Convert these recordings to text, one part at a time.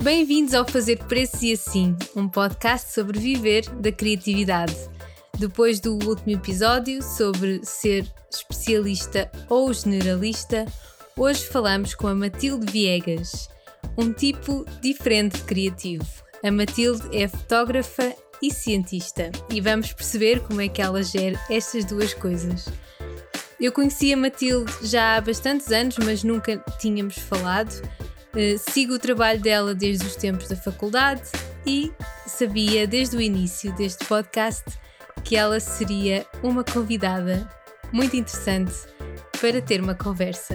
Bem-vindos ao Fazer Preços e Assim, um podcast sobre viver da criatividade. Depois do último episódio sobre ser especialista ou generalista, hoje falamos com a Matilde Viegas, um tipo diferente de criativo. A Matilde é fotógrafa e cientista e vamos perceber como é que ela gera estas duas coisas. Eu conheci a Matilde já há bastantes anos, mas nunca tínhamos falado. Sigo o trabalho dela desde os tempos da faculdade e sabia desde o início deste podcast que ela seria uma convidada muito interessante para ter uma conversa.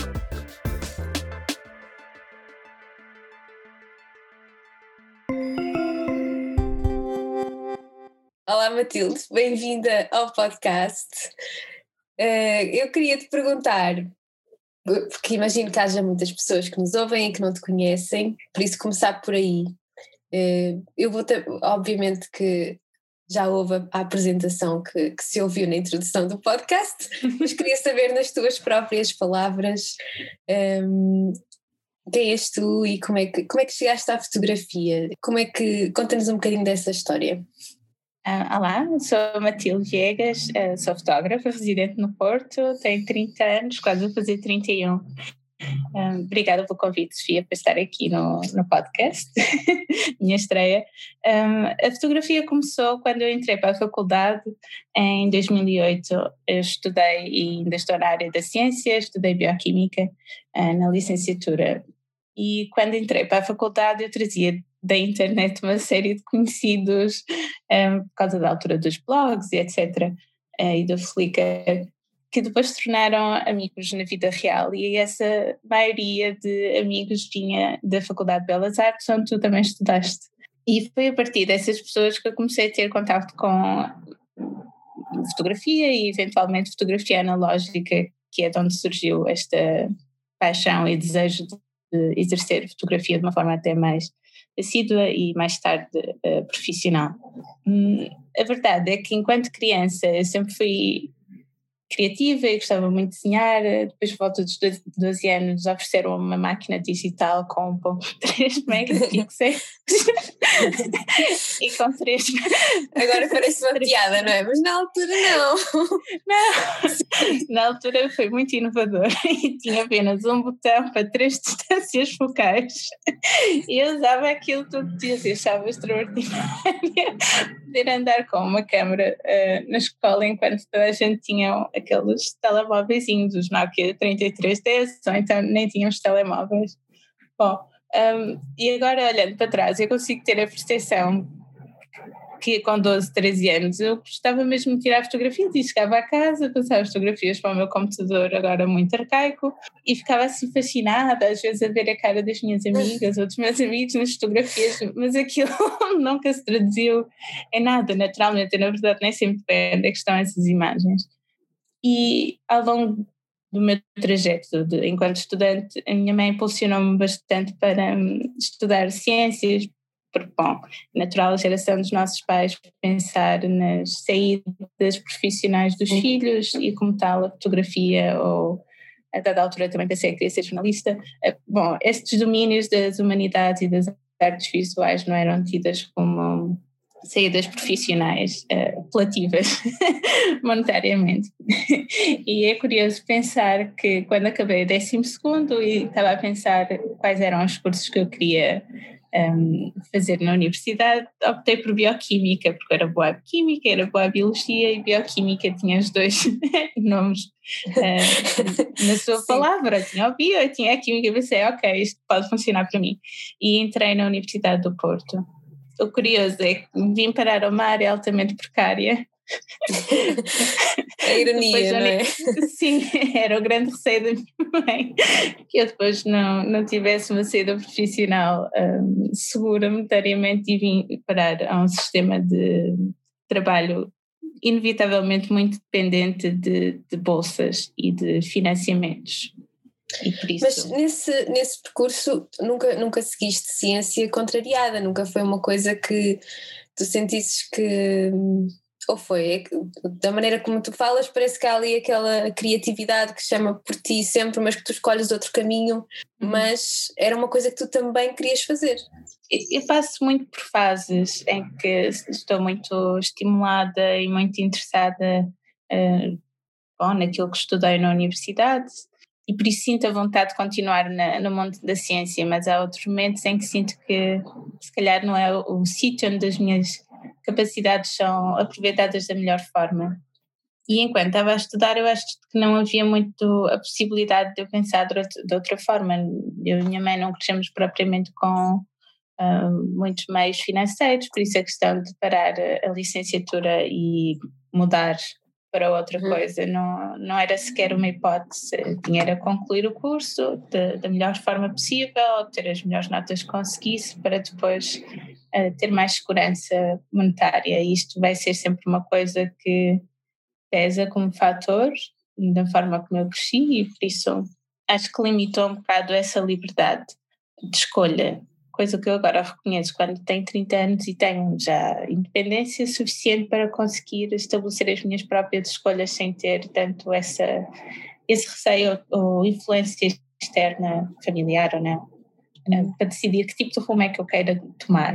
Olá Matilde, bem-vinda ao podcast. Eu queria te perguntar, porque imagino que haja muitas pessoas que nos ouvem e que não te conhecem, por isso começar por aí. Eu vou ter, obviamente que já houve a apresentação que se ouviu na introdução do podcast, mas queria saber nas tuas próprias palavras quem és tu e como é que chegaste à fotografia? Conta-nos um bocadinho dessa história. Olá, sou a Matilde Viegas, sou fotógrafa, residente no Porto, tenho 30 anos, quase a fazer 31. Obrigada pelo convite, Sofia, por estar aqui no podcast, minha estreia. A fotografia começou quando eu entrei para a faculdade em 2008. Eu estudei e ainda estou na área da ciência, estudei bioquímica na licenciatura. E quando entrei para a faculdade eu trazia da internet uma série de conhecidos por causa da altura dos blogs e etc. E do Flickr, que depois se tornaram amigos na vida real, e essa maioria de amigos vinha da Faculdade de Belas Artes, onde tu também estudaste. E foi a partir dessas pessoas que eu comecei a ter contato com fotografia e eventualmente fotografia analógica, que é de onde surgiu esta paixão e desejo de exercer fotografia de uma forma até mais assídua e mais tarde profissional. A verdade é que enquanto criança eu sempre fui criativa e gostava muito de desenhar. Depois, por volta dos 12 anos, ofereceram uma máquina digital com 1.3 megapixels e com 3... Agora parece uma piada, não é? Mas na altura não. Não, na altura foi muito inovador e tinha apenas um botão para 3 distâncias focais e eu usava aquilo todos os dias e achava extraordinário poder andar com uma câmera na escola enquanto toda a gente tinha aqueles telemóveis dos Nokia 3310, ou então nem tínhamos telemóveis. Bom, e agora olhando para trás eu consigo ter a percepção que com 12, 13 anos eu gostava mesmo de tirar fotografias e chegava a casa, passava fotografias para o meu computador agora muito arcaico e ficava assim fascinada às vezes a ver a cara das minhas amigas ou dos meus amigos nas fotografias, mas aquilo nunca se traduziu em nada naturalmente. Eu, na verdade, nem sempre depende da questão essas imagens. E ao longo do meu trajeto enquanto estudante, a minha mãe impulsionou-me bastante para estudar ciências, porque, bom, natural a geração dos nossos pais pensar nas saídas profissionais dos filhos e como tal a fotografia, ou a dada altura também pensei que queria ser jornalista. Bom, estes domínios das humanidades e das artes visuais não eram tidas como saídas profissionais apelativas monetariamente. E é curioso pensar que quando acabei o 12º e estava a pensar quais eram os cursos que eu queria fazer na universidade, optei por bioquímica, porque era boa química, era boa biologia, e bioquímica tinha os dois nomes na sua Sim. palavra, tinha o bio e tinha a química, e pensei, ok, isto pode funcionar para mim, e entrei na Universidade do Porto. O curioso é que vim parar a uma área altamente precária. A ironia, não é? Sim, era o grande receio da minha mãe, que eu depois não tivesse uma saída profissional segura monetariamente, e vim parar a um sistema de trabalho inevitavelmente muito dependente de bolsas e de financiamentos. E por isso... Mas nesse percurso nunca seguiste ciência contrariada, nunca foi uma coisa que tu sentisses que... ou foi? Da maneira como tu falas, parece que há ali aquela criatividade que chama por ti sempre, mas que tu escolhes outro caminho, mas era uma coisa que tu também querias fazer. Eu passo muito por fases em que estou muito estimulada e muito interessada naquilo que estudei na universidade, e por isso sinto a vontade de continuar no mundo da ciência, mas há outros momentos em que sinto que se calhar não é o sítio onde as minhas capacidades são aproveitadas da melhor forma. E enquanto estava a estudar, eu acho que não havia muito a possibilidade de eu pensar de outra forma. Eu e minha mãe não crescemos propriamente com muitos meios financeiros, por isso a questão de parar a licenciatura e mudar para outra coisa não era sequer uma hipótese. Tinha era concluir o curso da melhor forma possível, ter as melhores notas que conseguisse para depois ter mais segurança monetária, e isto vai ser sempre uma coisa que pesa como fator da forma como eu cresci, e por isso acho que limitou um bocado essa liberdade de escolha, coisa que eu agora reconheço quando tenho 30 anos e tenho já independência suficiente para conseguir estabelecer as minhas próprias escolhas sem ter tanto esse receio ou influência externa, familiar ou não, para decidir que tipo de rumo é que eu queira tomar.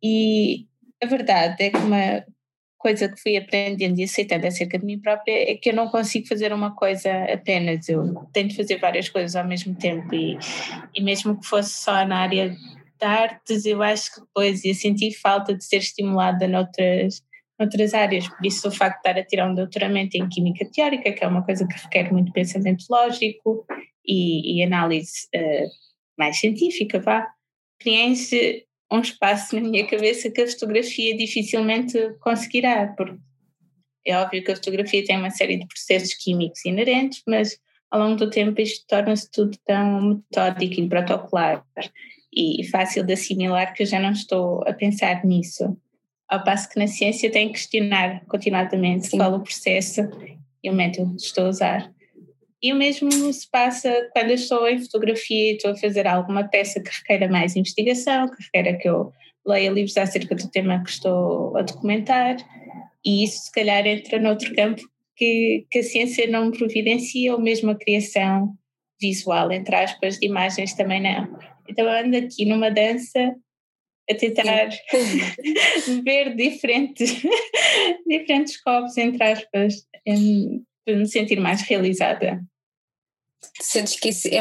E a verdade é que uma coisa que fui aprendendo e aceitando acerca de mim própria é que eu não consigo fazer uma coisa apenas, eu tenho de fazer várias coisas ao mesmo tempo, e mesmo que fosse só na área de artes, eu acho que depois ia sentir falta de ser estimulada noutras áreas. Por isso o facto de estar a tirar um doutoramento em Química Teórica, que é uma coisa que requer muito pensamento lógico e análise mais científica, preenche um espaço na minha cabeça que a fotografia dificilmente conseguirá, porque é óbvio que a fotografia tem uma série de processos químicos inerentes, mas ao longo do tempo isto torna-se tudo tão metódico e protocolar e fácil de assimilar que eu já não estou a pensar nisso, ao passo que na ciência tenho que questionar continuadamente qual o processo e o método que estou a usar. E o mesmo se passa quando eu estou em fotografia e estou a fazer alguma peça que requeira mais investigação, que requeira que eu leia livros acerca do tema que estou a documentar, e isso se calhar entra noutro campo que a ciência não me providencia, ou mesmo a criação visual, entre aspas, de imagens também não. Então eu ando aqui numa dança a tentar ver diferentes copos, entre aspas, para me sentir mais realizada. Sentes que isso é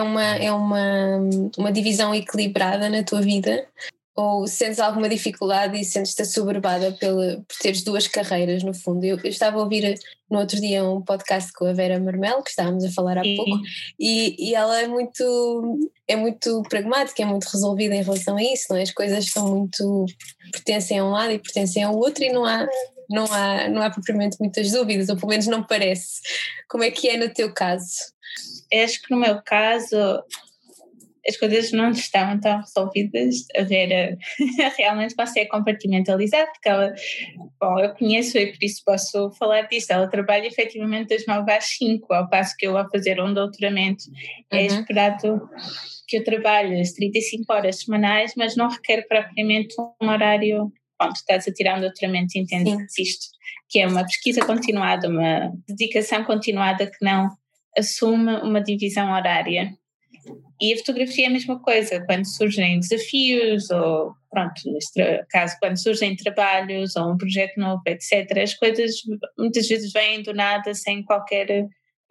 uma divisão equilibrada na tua vida? Ou sentes alguma dificuldade e sentes-te assoberbada por teres duas carreiras, no fundo? Eu estava a ouvir no outro dia um podcast com a Vera Marmel, que estávamos a falar há pouco, e ela é muito pragmática, é muito resolvida em relação a isso, não é? As coisas são muito, pertencem a um lado e pertencem ao outro, e não há propriamente muitas dúvidas, ou pelo menos não parece. Como é que é no teu caso? Acho que no meu caso as coisas não estão tão resolvidas. A Vera realmente consegue compartimentalizar, porque ela, eu conheço e por isso posso falar disso, ela trabalha efetivamente das 9 às 5, ao passo que eu, ao fazer um doutoramento, é esperado que eu trabalhe as 35 horas semanais, mas não requer propriamente um horário. Estás a tirar um doutoramento, entendes isto, que é uma pesquisa continuada, uma dedicação continuada que não assume uma divisão horária. E a fotografia é a mesma coisa, quando surgem desafios, ou neste caso, quando surgem trabalhos ou um projeto novo, etc., as coisas muitas vezes vêm do nada, sem qualquer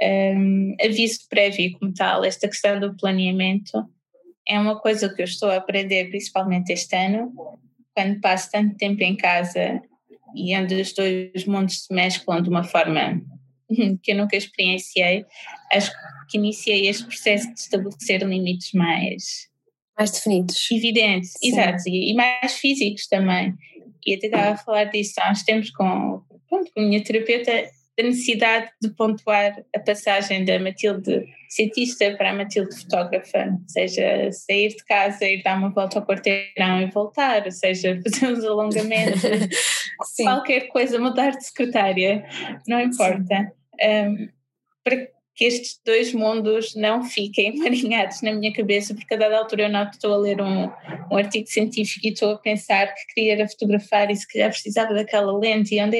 aviso prévio como tal. Esta questão do planeamento é uma coisa que eu estou a aprender principalmente este ano, quando passo tanto tempo em casa e onde os dois mundos se mesclam de uma forma que eu nunca experienciei. Acho que iniciei este processo de estabelecer limites mais definidos, evidentes, exato, e mais físicos também. E até estava a falar disso há uns tempos com a minha terapeuta, da necessidade de pontuar a passagem da Matilde cientista para a Matilde fotógrafa, ou seja, sair de casa, ir dar uma volta ao quarteirão e voltar, ou seja, fazer uns alongamentos, qualquer coisa, mudar de secretária, não importa, para que estes dois mundos não fiquem emaranhados na minha cabeça, porque a dada altura eu noto que estou a ler um artigo científico e estou a pensar que queria fotografar e se calhar precisava daquela lente, e onde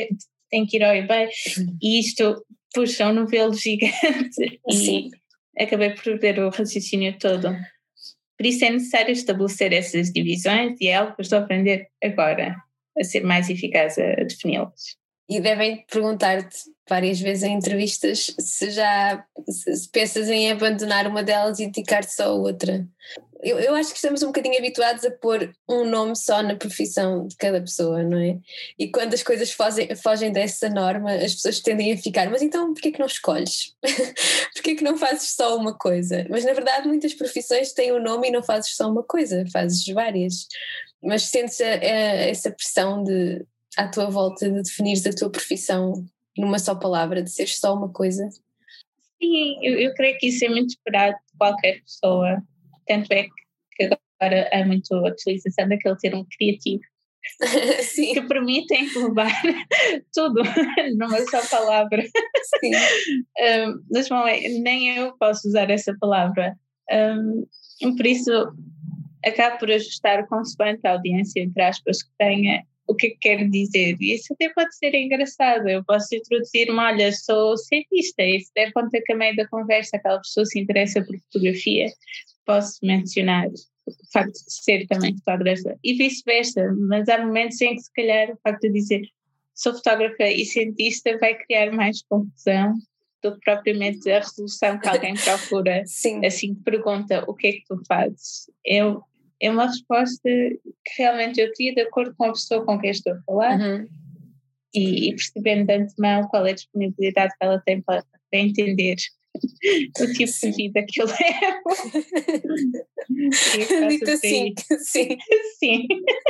tem que ir ao eBay, e isto puxa um novelo gigante e acabei por ver o raciocínio todo. Por isso é necessário estabelecer essas divisões e é algo que eu estou a aprender agora, a ser mais eficaz a defini-las. E devem perguntar-te várias vezes em entrevistas se pensas em abandonar uma delas e dedicar-te só a outra. Eu acho que estamos um bocadinho habituados a pôr um nome só na profissão de cada pessoa, não é? E quando as coisas fogem dessa norma, as pessoas tendem a ficar, mas então porquê que não escolhes? Porquê que não fazes só uma coisa? Mas na verdade muitas profissões têm um nome e não fazes só uma coisa, fazes várias. Mas sentes essa pressão à tua volta de definires a tua profissão numa só palavra, de seres só uma coisa? Sim, eu creio que isso é muito esperado de qualquer pessoa. Tanto é que agora há muito a utilização daquele termo criativo que permite englobar tudo numa só palavra. Sim. Mas bom, nem eu posso usar essa palavra. Por isso acabo por ajustar consoante a audiência, entre aspas, que tenha o que quero dizer. E isso até pode ser engraçado. Eu posso introduzir-me, olha, sou cientista, e se der conta que a meio da conversa aquela pessoa se interessa por fotografia, posso mencionar o facto de ser também fotógrafa e vice-versa, mas há momentos em que se calhar o facto de dizer sou fotógrafa e cientista vai criar mais confusão do que propriamente a resolução que alguém procura. Assim que pergunta o que é que tu fazes. É uma resposta que realmente eu queria de acordo com a pessoa com quem estou a falar e percebendo de antemão qual é a disponibilidade que ela tem para entender o tipo de vida que eu levo. Dito assim, sim. Sim.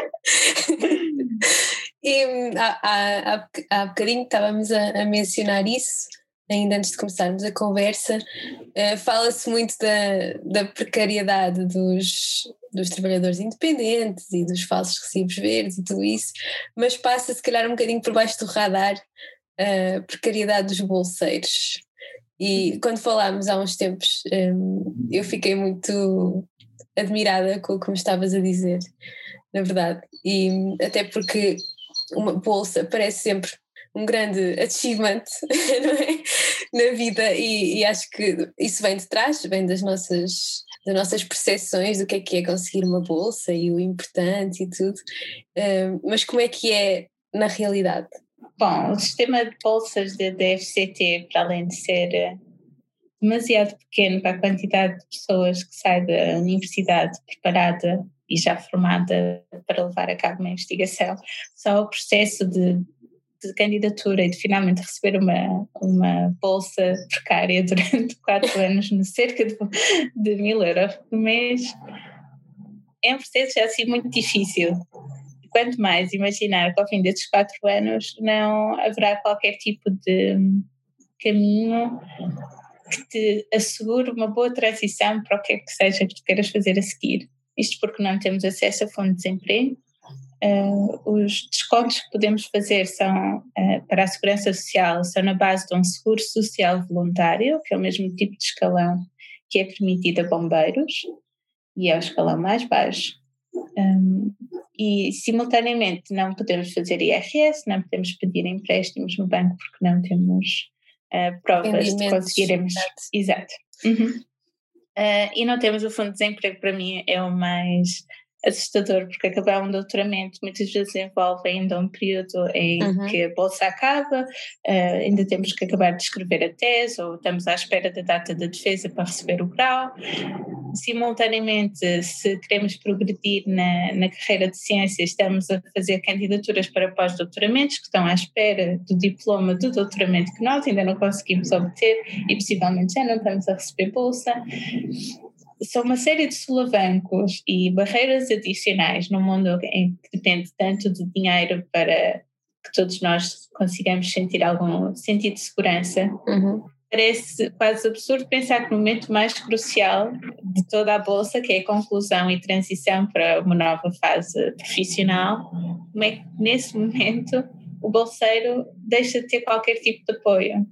E há bocadinho estávamos a mencionar isso, ainda antes de começarmos a conversa. Fala-se muito da precariedade dos trabalhadores independentes e dos falsos recibos verdes e tudo isso, mas passa se calhar um bocadinho por baixo do radar a precariedade dos bolseiros. E quando falámos há uns tempos, eu fiquei muito admirada com o que me estavas a dizer, na verdade, e até porque uma bolsa parece sempre um grande achievement, não é? Na vida, e acho que isso vem de trás, vem das nossas percepções do que é conseguir uma bolsa e o importante e tudo, mas como é que é na realidade? Bom, o sistema de bolsas da FCT, para além de ser demasiado pequeno para a quantidade de pessoas que sai da universidade preparada e já formada para levar a cabo uma investigação, só o processo de candidatura e de finalmente receber uma bolsa precária durante 4 anos, no cerca de 1.000 euros por mês, é um processo já assim muito difícil. Quanto mais imaginar que ao fim destes 4 anos não haverá qualquer tipo de caminho que te assegure uma boa transição para o que é que seja que tu queiras fazer a seguir. Isto porque não temos acesso a fundo de desemprego. Os descontos que podemos fazer são para a segurança social, são na base de um seguro social voluntário, que é o mesmo tipo de escalão que é permitido a bombeiros, e é o escalão mais baixo. E simultaneamente não podemos fazer IRS, não podemos pedir empréstimos no banco porque não temos provas de conseguiremos. Exato. E não temos o fundo de desemprego. Para mim é o mais assustador, porque acabar um doutoramento muitas vezes envolve ainda um período em que a bolsa acaba, ainda temos que acabar de escrever a tese ou estamos à espera da data da defesa para receber o grau. Simultaneamente, se queremos progredir na carreira de ciência, estamos a fazer candidaturas para pós-doutoramentos que estão à espera do diploma do doutoramento que nós ainda não conseguimos obter e possivelmente já não estamos a receber bolsa. São uma série de solavancos e barreiras adicionais num mundo em que depende tanto de dinheiro para que todos nós consigamos sentir algum sentido de segurança. Parece quase absurdo pensar que no momento mais crucial de toda a bolsa, que é a conclusão e transição para uma nova fase profissional, como é que nesse momento o bolseiro deixa de ter qualquer tipo de apoio.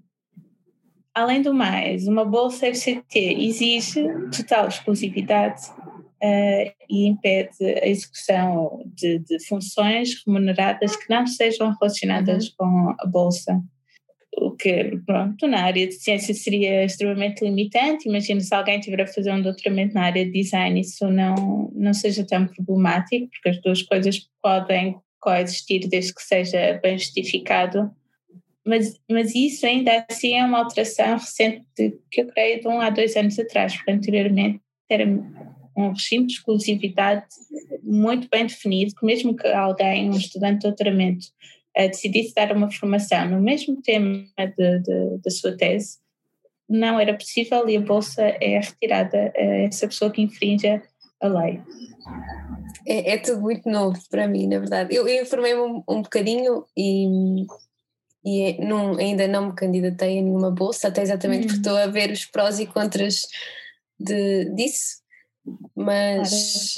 Além do mais, uma bolsa FCT exige total exclusividade. e impede a execução de funções remuneradas que não sejam relacionadas com a bolsa. O que, pronto, na área de ciência seria extremamente limitante. Imagina se alguém estiver a fazer um doutoramento na área de design, isso não seja tão problemático, porque as duas coisas podem coexistir desde que seja bem justificado. Mas isso ainda assim é uma alteração recente que eu creio de 1 a 2 anos atrás, porque anteriormente era um regime de exclusividade muito bem definido, que mesmo que alguém, um estudante de doutoramento, decidisse dar uma formação no mesmo tema da sua tese, não era possível e a bolsa é retirada a essa pessoa que infringe a lei. É tudo muito novo para mim, na verdade. Eu informei-me um bocadinho e ainda não me candidatei a nenhuma bolsa, até exatamente porque estou a ver os prós e contras disso, mas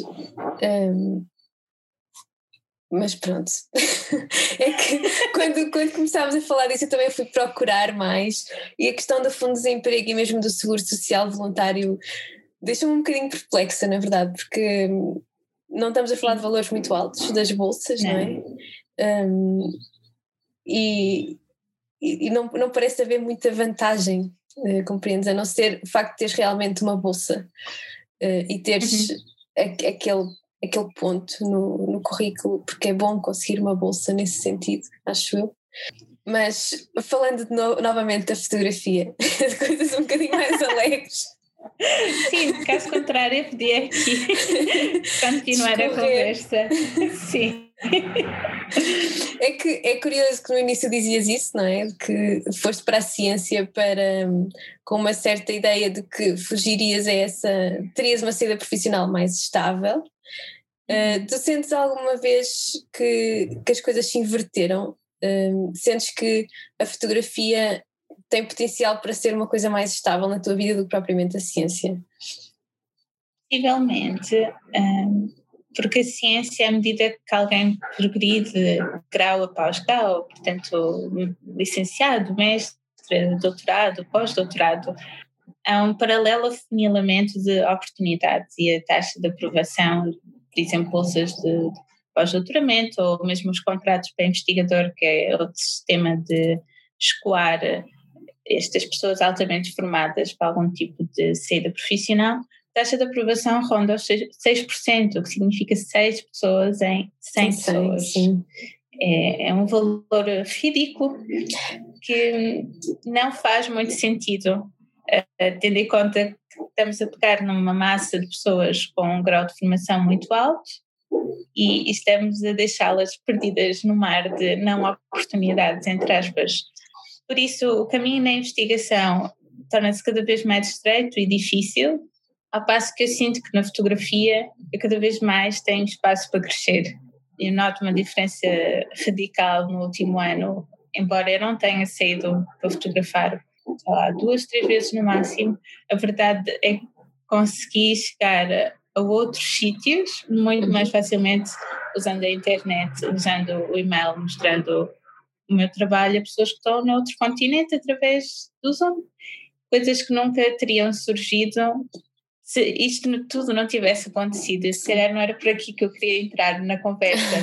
pronto. É que quando começámos a falar disso eu também fui procurar mais, e a questão do fundo de desemprego e mesmo do seguro social voluntário deixa-me um bocadinho perplexa, na verdade, porque não estamos a falar de valores muito altos das bolsas, não é? E não parece haver muita vantagem, compreendes, a não ser o facto de teres realmente uma bolsa e teres aquele ponto no currículo, porque é bom conseguir uma bolsa nesse sentido, acho eu. Mas falando novamente da fotografia, de coisas um bocadinho mais alegres. Sim, caso contrário, eu podia aqui continuar a conversa. Sim. É curioso que no início dizias isso, não é? Que foste para a ciência com uma certa ideia de que fugirias terias uma saída profissional mais estável. Tu sentes alguma vez que as coisas se inverteram? Sentes que a fotografia tem potencial para ser uma coisa mais estável na tua vida do que propriamente a ciência? Possivelmente, porque a ciência, à medida que alguém progride grau após grau, portanto, licenciado, mestre, doutorado, pós-doutorado, há um paralelo afunilamento de oportunidades e a taxa de aprovação, por exemplo, bolsas de pós-doutoramento ou mesmo os contratos para investigador, que é outro sistema de escoar estas pessoas altamente formadas para algum tipo de saída profissional. A taxa de aprovação ronda os 6%, o que significa 6 pessoas em 100 pessoas. Sim. É um valor ridículo que não faz muito sentido, tendo em conta que estamos a pegar numa massa de pessoas com um grau de formação muito alto e estamos a deixá-las perdidas no mar de não oportunidades, entre aspas. Por isso, o caminho na investigação torna-se cada vez mais estreito e difícil, ao passo que eu sinto que na fotografia eu cada vez mais tenho espaço para crescer. Eu noto uma diferença radical no último ano, embora eu não tenha saído para fotografar 2, 3 vezes no máximo. A verdade é que consegui chegar a outros sítios muito mais facilmente usando a internet, usando o e-mail, mostrando o meu trabalho a pessoas que estão noutro continente através do Zoom. Coisas que nunca teriam surgido se isto tudo não tivesse acontecido. Se calhar não era por aqui que eu queria entrar na conversa,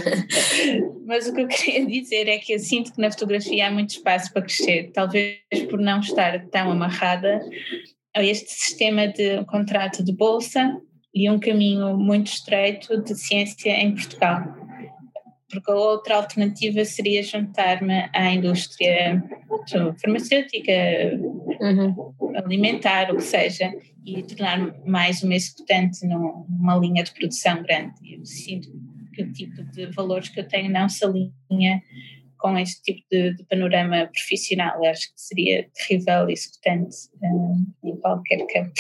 mas o que eu queria dizer é que eu sinto que na fotografia há muito espaço para crescer, talvez por não estar tão amarrada a este sistema de contrato de bolsa e um caminho muito estreito de ciência em Portugal. Porque a outra alternativa seria juntar-me à indústria farmacêutica, alimentar, o que seja, e tornar-me mais uma executante numa linha de produção grande. Eu sinto que o tipo de valores que eu tenho não se alinha com este tipo de panorama profissional. Eu acho que seria terrível executante em qualquer campo.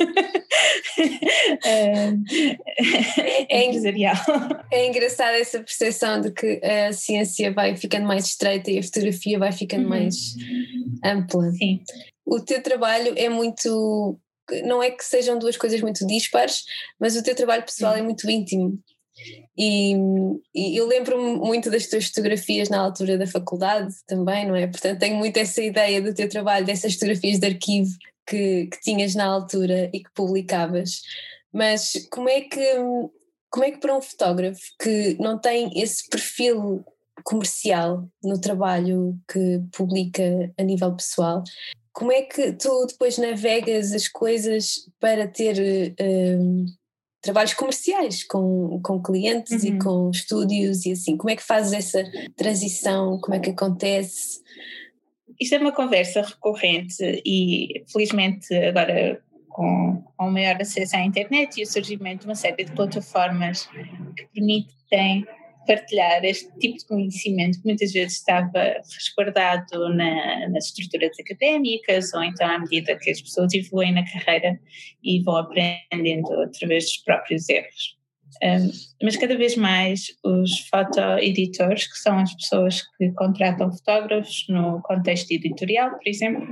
Empresarial. É engraçada essa percepção de que a ciência vai ficando mais estreita e a fotografia vai ficando mais ampla. Sim. O teu trabalho é muito, não é que sejam duas coisas muito dispares, mas o teu trabalho pessoal é muito íntimo. E eu lembro-me muito das tuas fotografias na altura da faculdade também, não é? Portanto tenho muito essa ideia do teu trabalho, dessas fotografias de arquivo que tinhas na altura e que publicavas. Mas como é que para um fotógrafo que não tem esse perfil comercial no trabalho que publica a nível pessoal, como é que tu depois navegas as coisas para ter trabalhos comerciais com clientes e com estúdios e assim? Como é que fazes essa transição? Como é que acontece? Isto é uma conversa recorrente e felizmente agora com o maior acesso à internet e o surgimento de uma série de plataformas que permitem partilhar este tipo de conhecimento que muitas vezes estava resguardado nas estruturas académicas ou então à medida que as pessoas evoluem na carreira e vão aprendendo através dos próprios erros. Mas cada vez mais os fotoeditores, que são as pessoas que contratam fotógrafos no contexto editorial, por exemplo,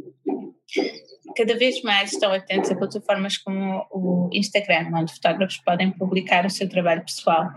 cada vez mais estão atentos a plataformas como o Instagram, onde fotógrafos podem publicar o seu trabalho pessoal.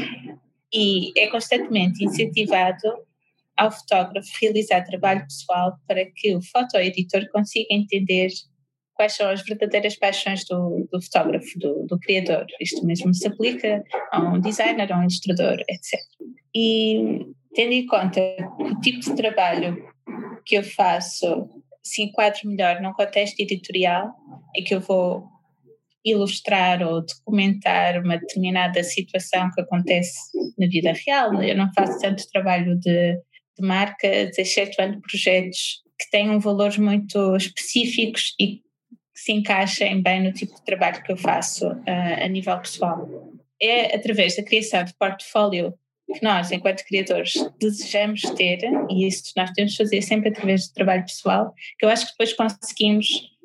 E é constantemente incentivado ao fotógrafo realizar trabalho pessoal para que o fotoeditor consiga entender quais são as verdadeiras paixões do fotógrafo, do criador. Isto mesmo se aplica a um designer, a um ilustrador, etc. E tendo em conta o tipo de trabalho que eu faço se enquadra melhor num contexto editorial, em que eu vou ilustrar ou documentar uma determinada situação que acontece na vida real. Eu não faço tanto trabalho de marcas, excetuando projetos que tenham valores muito específicos e que se encaixem bem no tipo de trabalho que eu faço a nível pessoal. É através da criação de portfólio que nós, enquanto criadores, desejamos ter, e isso nós temos de fazer sempre através do trabalho pessoal, que eu acho que depois conseguimos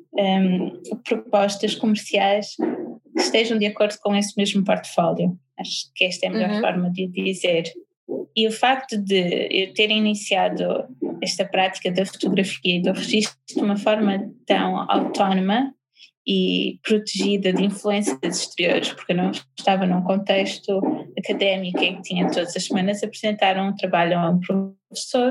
propostas comerciais que estejam de acordo com esse mesmo portfólio. Acho que esta é a melhor forma de dizer. E o facto de eu ter iniciado esta prática da fotografia e do registro de uma forma tão autónoma e protegida de influências exteriores, porque eu não estava num contexto académico em que tinha todas as semanas apresentar um trabalho a um professor,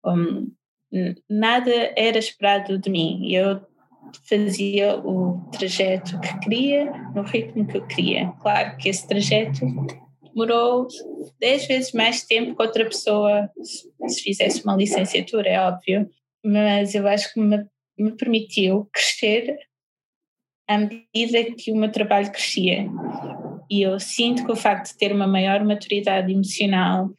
nada era esperado de mim. Eu fazia o trajeto que queria, no ritmo que eu queria. Claro que esse trajeto demorou 10 vezes mais tempo que outra pessoa se fizesse uma licenciatura, é óbvio, mas eu acho que me permitiu crescer à medida que o meu trabalho crescia. E eu sinto que o facto de ter uma maior maturidade emocional,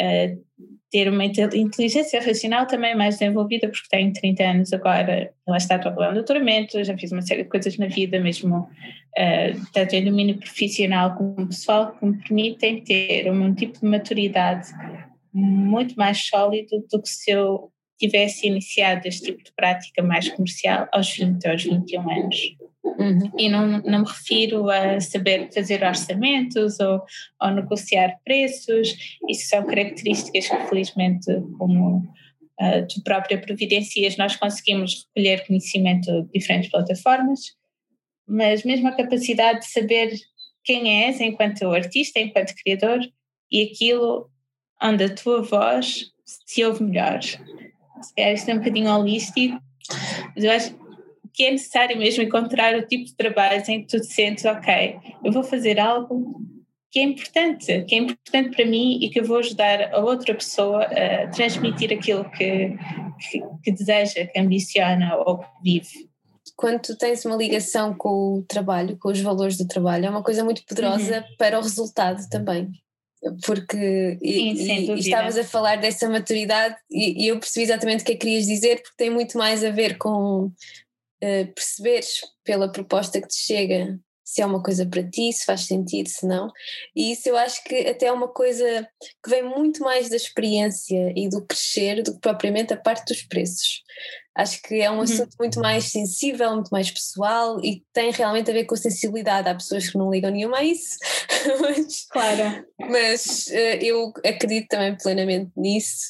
ter uma inteligência racional também mais desenvolvida, porque tenho 30 anos agora, lá está, estou a falar de doutoramento, já fiz uma série de coisas na vida mesmo, tanto em domínio profissional como pessoal, que me permitem ter um tipo de maturidade muito mais sólido do que se eu tivesse iniciado este tipo de prática mais comercial aos 20 ou aos 21 anos. E não me refiro a saber fazer orçamentos ou negociar preços. Isso são características que, felizmente, como tu própria providencias, nós conseguimos recolher conhecimento de diferentes plataformas, mas mesmo a capacidade de saber quem és enquanto artista, enquanto criador, e aquilo onde a tua voz se ouve melhor. Se calhar isto é um bocadinho holístico, mas eu acho que é necessário mesmo encontrar o tipo de trabalho em que tu te sentes, ok, eu vou fazer algo que é importante para mim e que eu vou ajudar a outra pessoa a transmitir aquilo que deseja, que ambiciona ou que vive. Quando tu tens uma ligação com o trabalho, com os valores do trabalho, é uma coisa muito poderosa para o resultado também. Porque e estavas a falar dessa maturidade e eu percebi exatamente o que é que querias dizer, porque tem muito mais a ver com perceberes pela proposta que te chega se é uma coisa para ti, se faz sentido, se não. E isso eu acho que até é uma coisa que vem muito mais da experiência e do crescer do que propriamente a parte dos preços. Acho que é um assunto muito mais sensível, muito mais pessoal e tem realmente a ver com a sensibilidade. Há pessoas que não ligam nenhuma a isso, claro. Mas eu acredito também plenamente nisso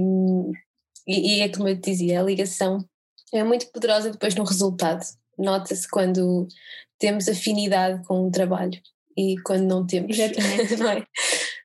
e é como eu te dizia, a ligação é muito poderosa depois no resultado. Nota-se quando temos afinidade com o trabalho e quando não temos. Exatamente. Não é?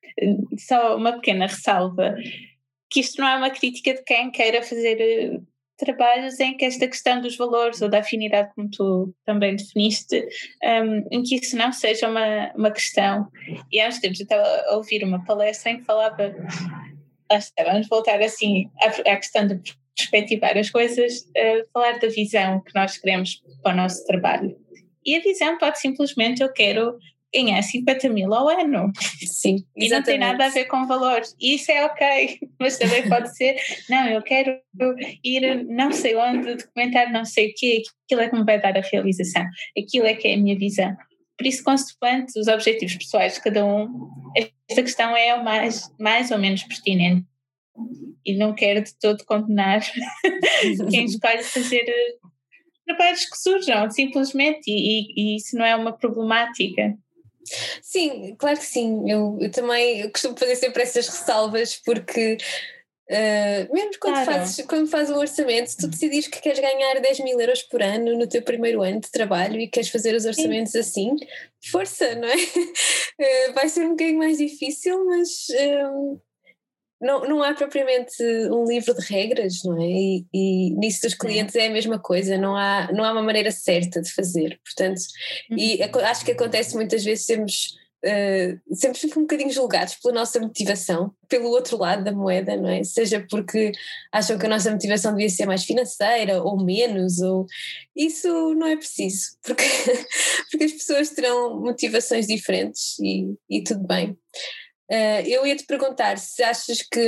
Só uma pequena ressalva, que isto não é uma crítica de quem queira fazer trabalhos em que esta questão dos valores ou da afinidade, como tu também definiste, em que isso não seja uma questão. E há uns tempos eu estava a ouvir uma palestra em que falava, vamos voltar assim à questão de perspectivar as coisas, falar da visão que nós queremos para o nosso trabalho. E a visão pode simplesmente, eu quero ganhar 50 mil ao ano. Sim, exatamente. E não tem nada a ver com valores. E isso é ok, mas também pode ser, não, eu quero ir não sei onde, documentar não sei o quê, aquilo é que me vai dar a realização, aquilo é que é a minha visão. Por isso, consoante os objetivos pessoais de cada um, esta questão é o mais ou menos pertinente. E não quero de todo condenar quem escolhe fazer trabalhos que surjam, simplesmente, e isso não é uma problemática. Sim, claro que sim. Eu também costumo fazer sempre essas ressalvas, porque mesmo quando fazes um orçamento, se tu decidires que queres ganhar 10 mil euros por ano no teu primeiro ano de trabalho e queres fazer os orçamentos assim, força, não é? Vai ser um bocadinho mais difícil, mas não há propriamente um livro de regras, não é? E nisso dos clientes é a mesma coisa, não há uma maneira certa de fazer, portanto, e acho que acontece muitas vezes sempre um bocadinho julgados pela nossa motivação, pelo outro lado da moeda, não é? Seja porque acham que a nossa motivação devia ser mais financeira ou menos, ou isso não é preciso, porque as pessoas terão motivações diferentes e tudo bem. Eu ia te perguntar se achas que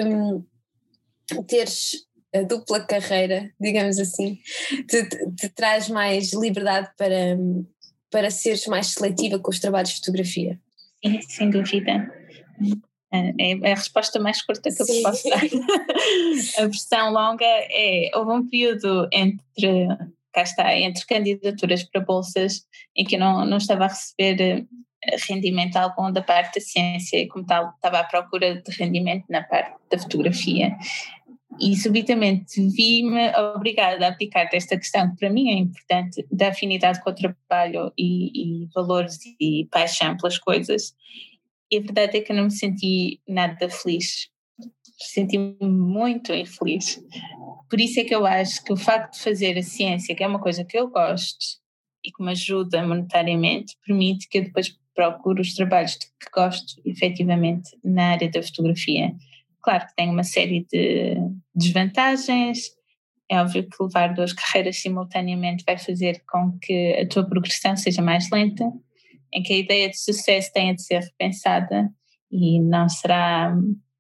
teres a dupla carreira, digamos assim, te traz mais liberdade para seres mais seletiva com os trabalhos de fotografia. Sim, sem dúvida. É a resposta mais curta que eu posso dar. A versão longa houve um período entre candidaturas para bolsas em que eu não estava a receber rendimento algum da parte da ciência e como tal estava à procura de rendimento na parte da fotografia e subitamente vi-me obrigada a aplicar esta questão que para mim é importante, da afinidade com o trabalho e valores e paixão pelas coisas, e a verdade é que eu não me senti nada feliz, senti-me muito infeliz. Por isso é que eu acho que o facto de fazer a ciência, que é uma coisa que eu gosto e que me ajuda monetariamente, permite que eu depois procure os trabalhos que gosto efetivamente na área da fotografia. Claro que tem uma série de desvantagens, é óbvio que levar 2 carreiras simultaneamente vai fazer com que a tua progressão seja mais lenta, em que a ideia de sucesso tenha de ser repensada e não será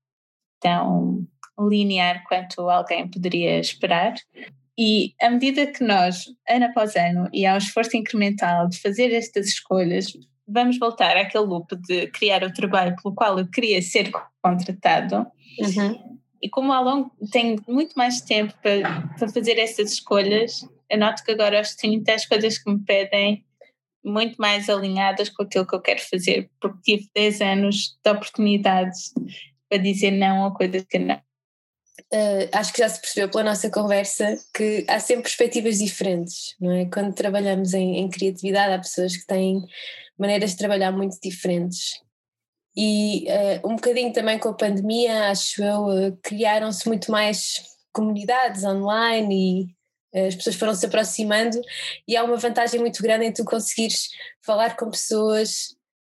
tão linear quanto alguém poderia esperar. E à medida que nós, ano após ano, e ao esforço incremental de fazer estas escolhas, vamos voltar àquele loop de criar o trabalho pelo qual eu queria ser contratado. E como ao longo tenho muito mais tempo para fazer essas escolhas, eu noto que agora aos 30 as coisas que me pedem muito mais alinhadas com aquilo que eu quero fazer, porque tive 10 anos de oportunidades para dizer não a coisas que não. Acho que já se percebeu pela nossa conversa que há sempre perspectivas diferentes, não é? Quando trabalhamos em criatividade há pessoas que têm maneiras de trabalhar muito diferentes e um bocadinho também com a pandemia, acho eu, criaram-se muito mais comunidades online e as pessoas foram se aproximando e há uma vantagem muito grande em tu conseguires falar com pessoas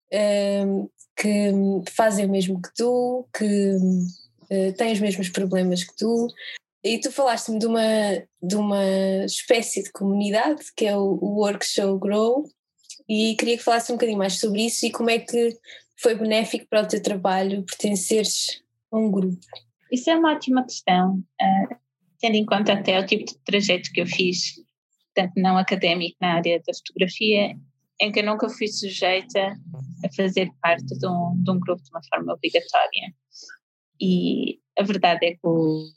que fazem o mesmo que tu, que têm os mesmos problemas que tu, e tu falaste-me de uma espécie de comunidade que é o Workshow Grow, e queria que falasse um bocadinho mais sobre isso e como é que foi benéfico para o teu trabalho pertenceres a um grupo. Isso é uma ótima questão, tendo em conta até o tipo de trajeto que eu fiz, portanto não académico na área da fotografia, em que eu nunca fui sujeita a fazer parte de um grupo de uma forma obrigatória. E a verdade é que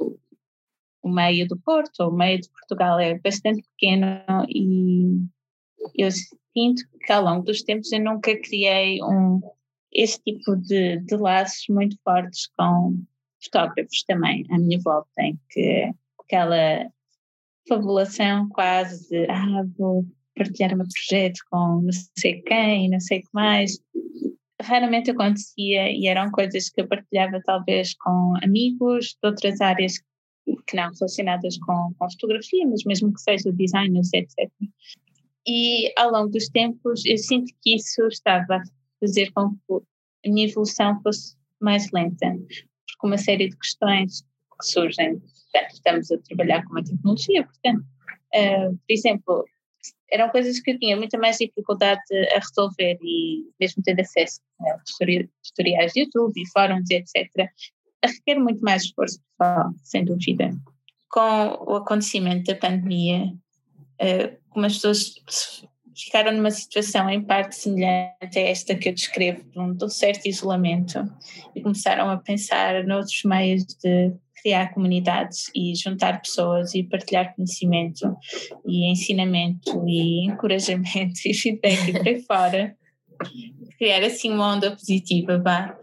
o meio do Porto, o meio de Portugal é bastante pequeno e eu sinto que ao longo dos tempos eu nunca criei esse tipo de laços muito fortes com fotógrafos também à minha volta, em que aquela fabulação quase de vou partilhar o meu projeto com não sei quem e não sei o que mais, raramente acontecia e eram coisas que eu partilhava talvez com amigos de outras áreas que não relacionadas com fotografia, mas mesmo que sejam designers, etc. E ao longo dos tempos eu sinto que isso estava a fazer com que a minha evolução fosse mais lenta, porque uma série de questões que surgem, portanto, estamos a trabalhar com a tecnologia, portanto, por exemplo, eram coisas que eu tinha muita mais dificuldade a resolver e mesmo tendo acesso a tutoriais de YouTube e fóruns, etc., requer muito mais esforço pessoal, sem dúvida. Com o acontecimento da pandemia, como as pessoas ficaram numa situação em parte semelhante a esta que eu descrevo, de um certo isolamento, e começaram a pensar noutros meios de criar comunidades e juntar pessoas e partilhar conhecimento e ensinamento e encorajamento e feedback e por aí fora, criar assim uma onda positiva,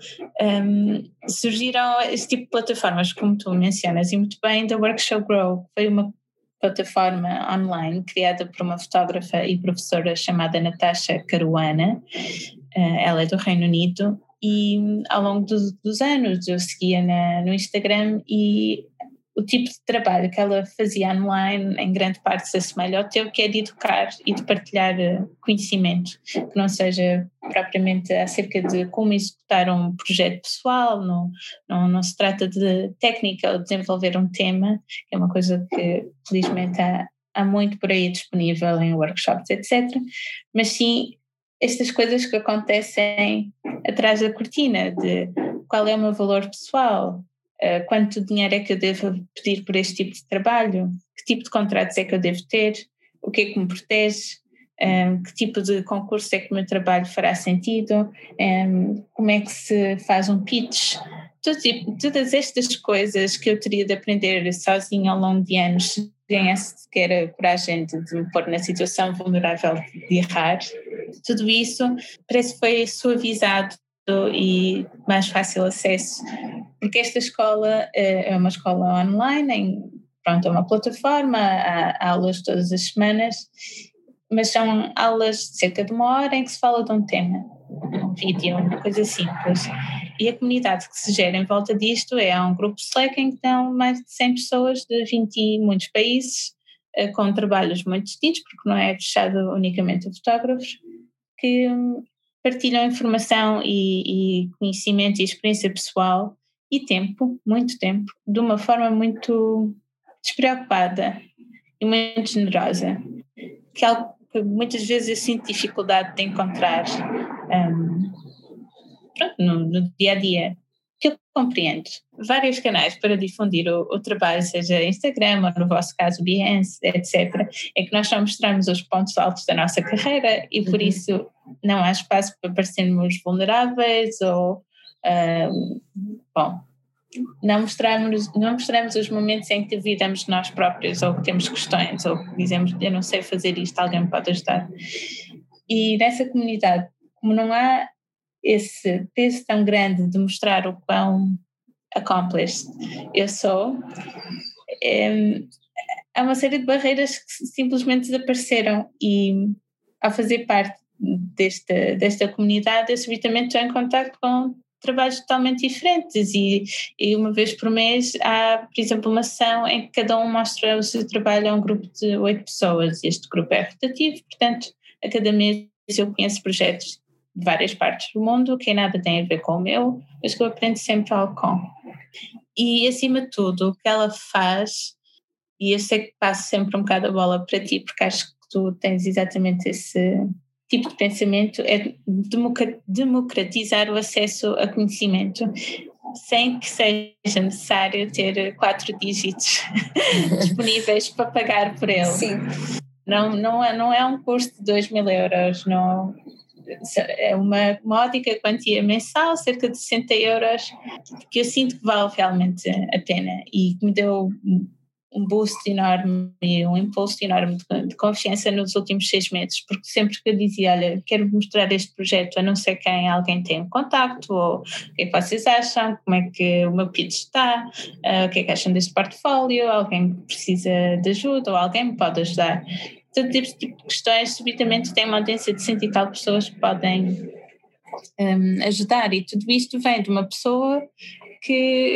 surgiram este tipo de plataformas, como tu mencionas, e muito bem, da Workshop Grow, foi uma plataforma online criada por uma fotógrafa e professora chamada Natasha Caruana. Ela é do Reino Unido e ao longo dos anos eu seguia no Instagram e o tipo de trabalho que ela fazia online em grande parte se assemelha ao teu, que é de educar e de partilhar conhecimento, que não seja propriamente acerca de como executar um projeto pessoal, não se trata de técnica ou desenvolver um tema, que é uma coisa que felizmente há muito por aí disponível em workshops, etc. Mas sim estas coisas que acontecem atrás da cortina, de qual é o meu valor pessoal, quanto dinheiro é que eu devo pedir por este tipo de trabalho, que tipo de contratos é que eu devo ter, o que é que me protege, que tipo de concurso é que o meu trabalho fará sentido, como é que se faz um pitch, todas estas coisas que eu teria de aprender sozinha ao longo de anos, se ganhasse sequer a coragem de me pôr na situação vulnerável de errar. Tudo isso parece que foi suavizado e mais fácil acesso, porque esta escola é uma escola online, é uma plataforma, há aulas todas as semanas, mas são aulas de cerca de 1 hora em que se fala de um tema, um vídeo, uma coisa simples. E a comunidade que se gera em volta disto é um grupo Slack em que estão mais de 100 pessoas de 20 e muitos países, com trabalhos muito distintos, porque não é fechado unicamente a fotógrafos, que partilham informação e conhecimento e experiência pessoal e tempo, muito tempo, de uma forma muito despreocupada e muito generosa, que é algo que muitas vezes eu sinto dificuldade de encontrar no dia a dia, que eu compreendo. Vários canais para difundir o trabalho, seja Instagram ou no vosso caso Behance, etc., é que nós só mostramos os pontos altos da nossa carreira e por isso não há espaço para parecermos vulneráveis ou não mostramos os momentos em que duvidamos de nós próprios ou que temos questões ou que dizemos eu não sei fazer isto, alguém me pode ajudar. E nessa comunidade, como não há esse peso tão grande de mostrar o quão accomplished eu sou, há uma série de barreiras que simplesmente desapareceram e ao fazer parte desta comunidade eu subitamente estou em contacto com trabalhos totalmente diferentes e uma vez por mês há, por exemplo, uma sessão em que cada um mostra o seu trabalho a um grupo de 8 pessoas. Este grupo é rotativo, portanto a cada mês eu conheço projetos de várias partes do mundo que nada tem a ver com o meu, mas que eu aprendo sempre algo com. E acima de tudo o que ela faz, e eu sei que passo sempre um bocado a bola para ti porque acho que tu tens exatamente esse tipo de pensamento, é democratizar o acesso a conhecimento sem que seja necessário ter 4 dígitos disponíveis para pagar por ele. Sim. Não é um curso de 2.000 euros, não, é uma módica quantia mensal, cerca de 60 euros, que eu sinto que vale realmente a pena e que me deu um boost enorme e um impulso enorme de confiança nos últimos 6 meses, porque sempre que eu dizia, olha, quero mostrar este projeto a não sei quem, alguém tem um contacto, ou o que é que vocês acham, como é que o meu pitch está, o que é que acham deste portfólio, alguém precisa de ajuda ou alguém me pode ajudar. Todo tipo de questões, subitamente tem uma audiência de 100 e tal pessoas que podem ajudar, e tudo isto vem de uma pessoa que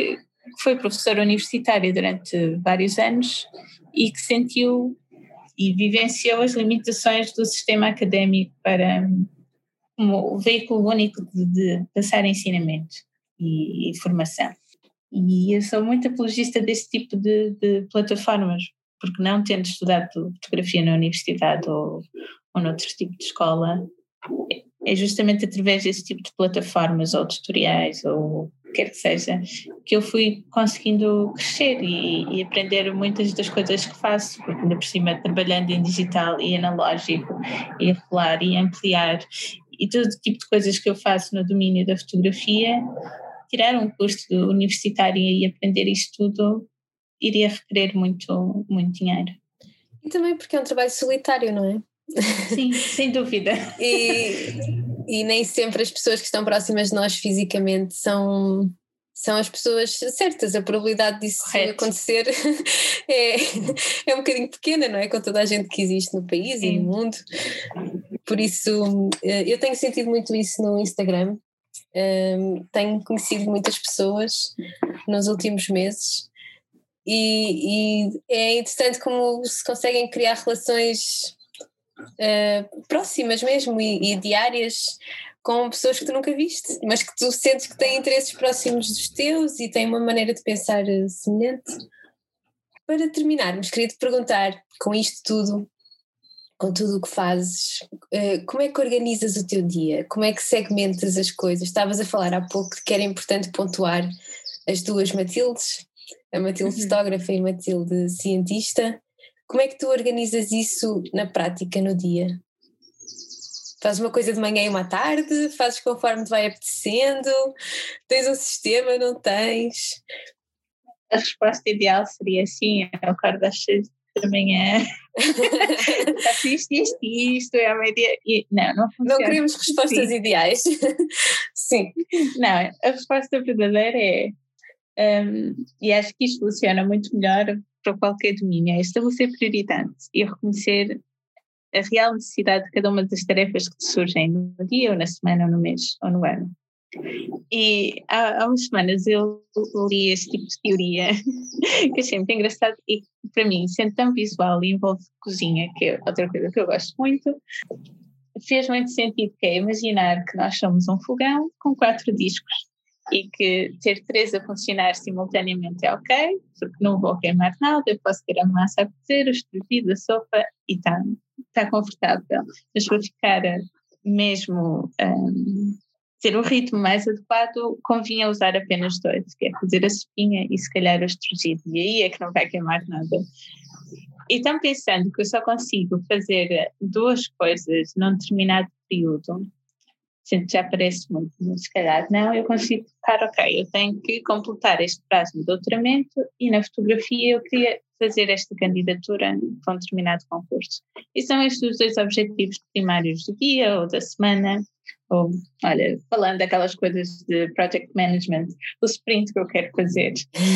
foi professora universitária durante vários anos e que sentiu e vivenciou as limitações do sistema académico para como o veículo único de passar ensinamento e formação. E eu sou muito apologista desse tipo de plataformas, porque não tendo estudado fotografia na universidade ou noutro tipo de escola, é justamente através desse tipo de plataformas ou tutoriais ou o que quer que seja, que eu fui conseguindo crescer e aprender muitas das coisas que faço, porque ainda por cima trabalhando em digital e analógico e rolar e ampliar e todo tipo de coisas que eu faço no domínio da fotografia, tirar um curso universitário e aprender isto tudo iria requerer muito, muito dinheiro. E também porque é um trabalho solitário, não é? Sim, sem dúvida. E nem sempre as pessoas que estão próximas de nós fisicamente são as pessoas certas. A probabilidade disso acontecer é um bocadinho pequena, não é? Com toda a gente que existe no país e no mundo. Por isso, eu tenho sentido muito isso no Instagram. Tenho conhecido muitas pessoas nos últimos meses e é interessante como se conseguem criar relações próximas mesmo e diárias com pessoas que tu nunca viste, mas que tu sentes que têm interesses próximos dos teus e têm uma maneira de pensar semelhante. Para terminarmos, queria-te perguntar, com isto tudo, com tudo o que fazes, como é que organizas o teu dia? Como é que segmentas as coisas? Estavas a falar há pouco que era importante pontuar as duas Matildes, a Matilde fotógrafa e a Matilde cientista. Como é que tu organizas isso na prática, no dia? Fazes uma coisa de manhã e uma à tarde? Fazes conforme te vai apetecendo? Tens um sistema, não tens? A resposta ideal seria assim, eu acordo às 6 da manhã, faço isto, é a meio-dia. Não funciona. Não queremos respostas ideais. Sim. Não, a resposta verdadeira é, e acho que isto funciona muito melhor para qualquer domínio, é estabelecer prioridades e reconhecer a real necessidade de cada uma das tarefas que te surgem no dia ou na semana ou no mês ou no ano. E há umas semanas eu li este tipo de teoria que achei muito engraçado e para mim, sendo tão visual e envolve cozinha, que é outra coisa que eu gosto muito, fez muito sentido, que é imaginar que nós somos um fogão com 4 discos e que ter 3 a funcionar simultaneamente é ok, porque não vou queimar nada, eu posso ter a massa a cozer, o estrupido, a sopa e está confortável. Mas para ficar mesmo ter um ritmo mais adequado, convinha usar apenas 2, que é fazer a sopinha e se calhar o estrugido, e aí é que não vai queimar nada. Então pensando que eu só consigo fazer 2 coisas num determinado período, já parece muito, se calhar não, eu consigo ficar, ok, eu tenho que completar este prazo de doutoramento e na fotografia eu queria fazer esta candidatura para um determinado concurso. E são estes os 2 objetivos primários do dia ou da semana, ou, olha, falando daquelas coisas de project management, o sprint que eu quero fazer.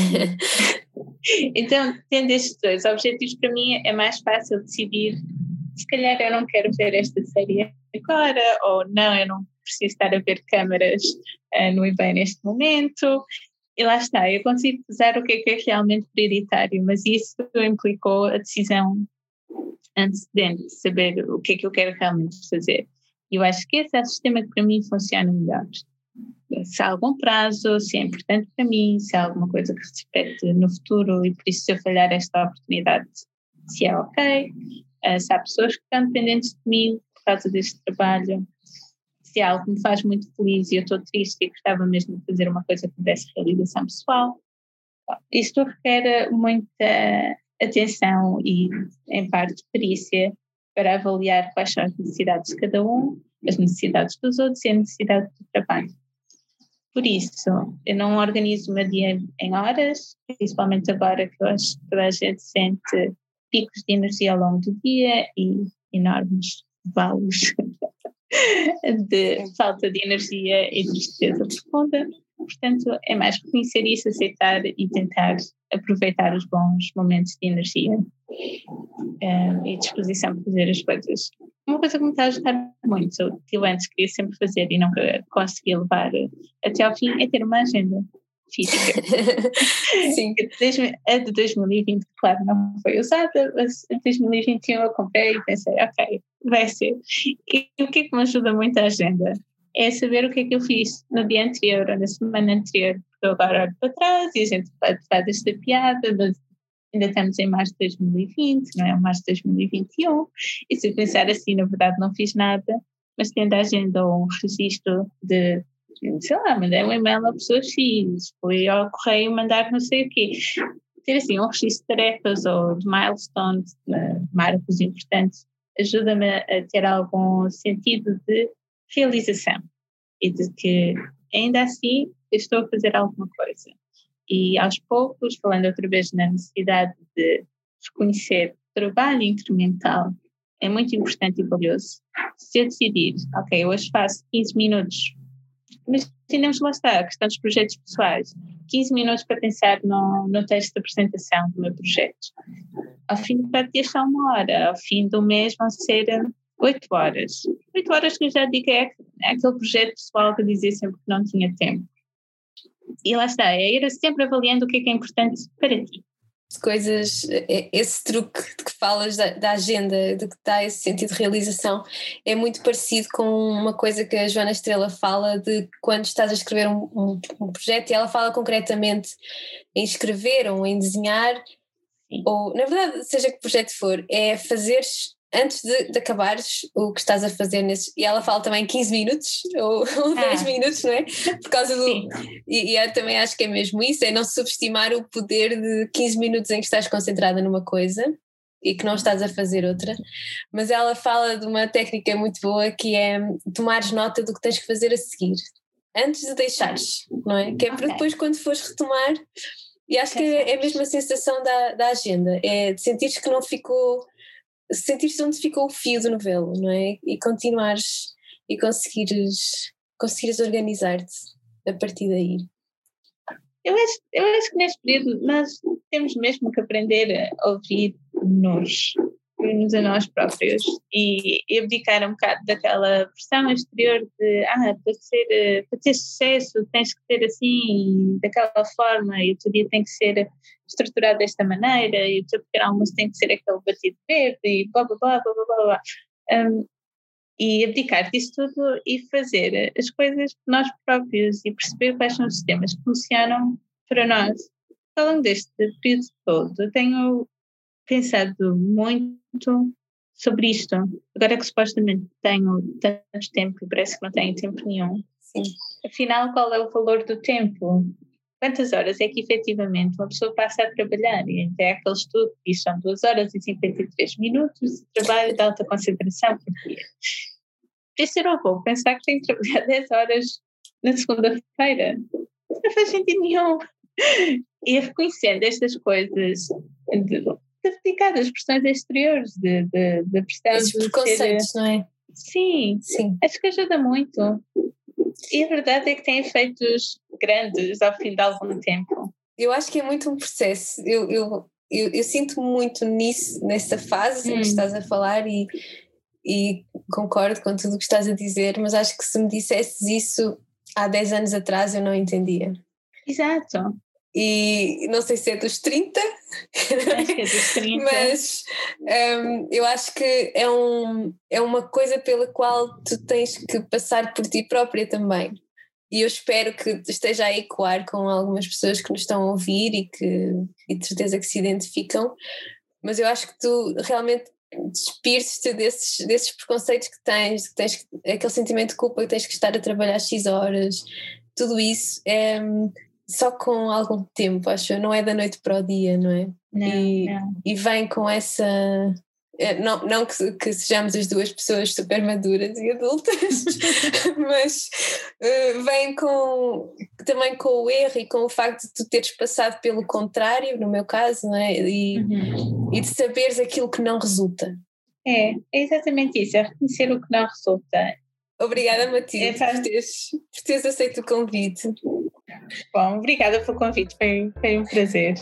Então, tendo estes 2 objetivos, para mim é mais fácil decidir, se calhar eu não quero ver esta série agora, ou não, eu não preciso estar a ver câmaras no eBay neste momento, e lá está, eu consigo pesar o que é realmente prioritário, mas isso implicou a decisão antecedente de saber o que é que eu quero realmente fazer. E eu acho que esse é o sistema que para mim funciona melhor. Se há algum prazo, se é importante para mim, se há alguma coisa que se repete no futuro e por isso se eu falhar esta oportunidade, se é ok, se há pessoas que estão dependentes de mim por causa deste trabalho, se há algo que me faz muito feliz e eu estou triste e gostava mesmo de fazer uma coisa que me desse realização pessoal. Isto requer muita atenção e, em parte, perícia para avaliar quais são as necessidades de cada um, as necessidades dos outros e a necessidade do trabalho. Por isso, eu não organizo o meu dia em horas, principalmente agora que eu acho que toda a gente sente picos de energia ao longo do dia e enormes valos de falta de energia e tristeza profunda. Portanto, é mais reconhecer isso, aceitar e tentar aproveitar os bons momentos de energia e disposição para fazer as coisas. Uma coisa que me está a ajudar muito, que eu antes queria sempre fazer e nunca consegui levar até ao fim, é ter uma agenda. física. Sim. A de 2020, claro, não foi usada, mas a de 2021 eu comprei e pensei, ok, vai ser. E o que é que me ajuda muito a agenda? É saber o que é que eu fiz no dia anterior ou na semana anterior, porque eu agora olho para trás e a gente faz esta piada, mas ainda estamos em março de 2020, não é? Março de 2021, e se eu pensar assim, na verdade não fiz nada, mas tendo a agenda ou um registro de, sei lá, mandei um e-mail à pessoa X, fui ao correio mandar não sei o quê. Ter assim um registro de tarefas ou de milestones, marcos importantes, ajuda-me a ter algum sentido de realização e de que ainda assim eu estou a fazer alguma coisa. E aos poucos, falando outra vez na necessidade de reconhecer o trabalho incremental, é muito importante e valioso. Se eu decidir, ok, hoje faço 15 minutos, mas temos lá está, a questão dos projetos pessoais, 15 minutos para pensar no texto de apresentação do meu projeto. Ao fim do dia só 1 hora, ao fim do mês vão ser 8 horas. 8 horas que eu já digo é aquele projeto pessoal que eu dizia sempre que não tinha tempo. E lá está, é ir sempre avaliando o que é importante para ti. Coisas, esse truque de que falas da agenda, de que dá esse sentido de realização, é muito parecido com uma coisa que a Joana Estrela fala de quando estás a escrever um projeto, e ela fala concretamente em escrever ou em desenhar, ou na verdade, seja que projeto for, é fazeres antes de acabares o que estás a fazer nesses, e ela fala também 15 minutos ou 10 minutos, não é? Por causa do... E eu também acho que é mesmo isso, é não subestimar o poder de 15 minutos em que estás concentrada numa coisa e que não estás a fazer outra. Mas ela fala de uma técnica muito boa que é tomares nota do que tens que fazer a seguir, antes de deixares, não é? Que é para depois, quando fores retomar, e acho que é a mesma sensação da agenda, é de sentires que não ficou... Sentir-se onde ficou o fio do novelo, não é? E continuares e conseguires organizar-te a partir daí. Eu acho que neste período nós temos mesmo que aprender a ouvir-nos a nós próprios e abdicar um bocado daquela pressão exterior de para ter sucesso tens que ser assim, daquela forma, e o teu dia tem que ser estruturado desta maneira, e o teu pequeno almoço tem que ser aquele batido verde, e blá blá blá blá blá blá. E abdicar disso tudo e fazer as coisas nós próprios e perceber quais são os sistemas que funcionam para nós. Ao longo deste período todo, eu tenho pensado muito sobre isto. Agora que supostamente tenho tanto tempo e parece que não tenho tempo nenhum. Sim. Afinal, qual é o valor do tempo? Quantas horas é que efetivamente uma pessoa passa a trabalhar? E até aquele estudo que diz que são 2 horas e 53 minutos de trabalho de alta concentração por dia. Por isso eu não vou pensar que tenho que trabalhar 10 horas na segunda-feira. Não faz sentido nenhum. E reconhecendo estas coisas dedicadas às pressões exteriores, da pressão esses preconceitos, não é? Sim, acho que ajuda muito. E a verdade é que tem efeitos grandes ao fim de algum tempo. Eu acho que é muito um processo. Eu sinto muito nessa fase em que estás a falar e concordo com tudo o que estás a dizer, mas acho que se me dissesses isso há 10 anos atrás eu não entendia. Exato. E não sei se é dos 30, acho que é dos 30. Mas eu acho que é uma coisa pela qual tu tens que passar por ti própria também. E eu espero que esteja a ecoar com algumas pessoas que nos estão a ouvir e de certeza que se identificam, mas eu acho que tu realmente despires-te desses preconceitos que tens aquele sentimento de culpa que tens que estar a trabalhar X horas, tudo isso é só com algum tempo, acho, não é da noite para o dia, não é? Não. E vem com essa... Não que sejamos as duas pessoas super maduras e adultas, mas vem também com o erro e com o facto de tu teres passado pelo contrário, no meu caso, não é? E de saberes aquilo que não resulta. É exatamente isso, é reconhecer o que não resulta. Obrigada, Matilde, por teres aceito o convite. Bom, obrigada pelo convite, foi um prazer.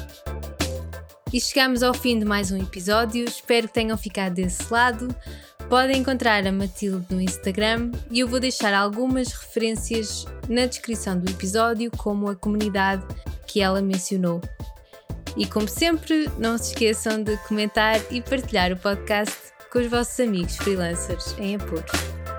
E chegamos ao fim de mais um episódio, espero que tenham ficado desse lado. Podem encontrar a Matilde no Instagram e eu vou deixar algumas referências na descrição do episódio, como a comunidade que ela mencionou. E como sempre, não se esqueçam de comentar e partilhar o podcast com os vossos amigos freelancers em apuros.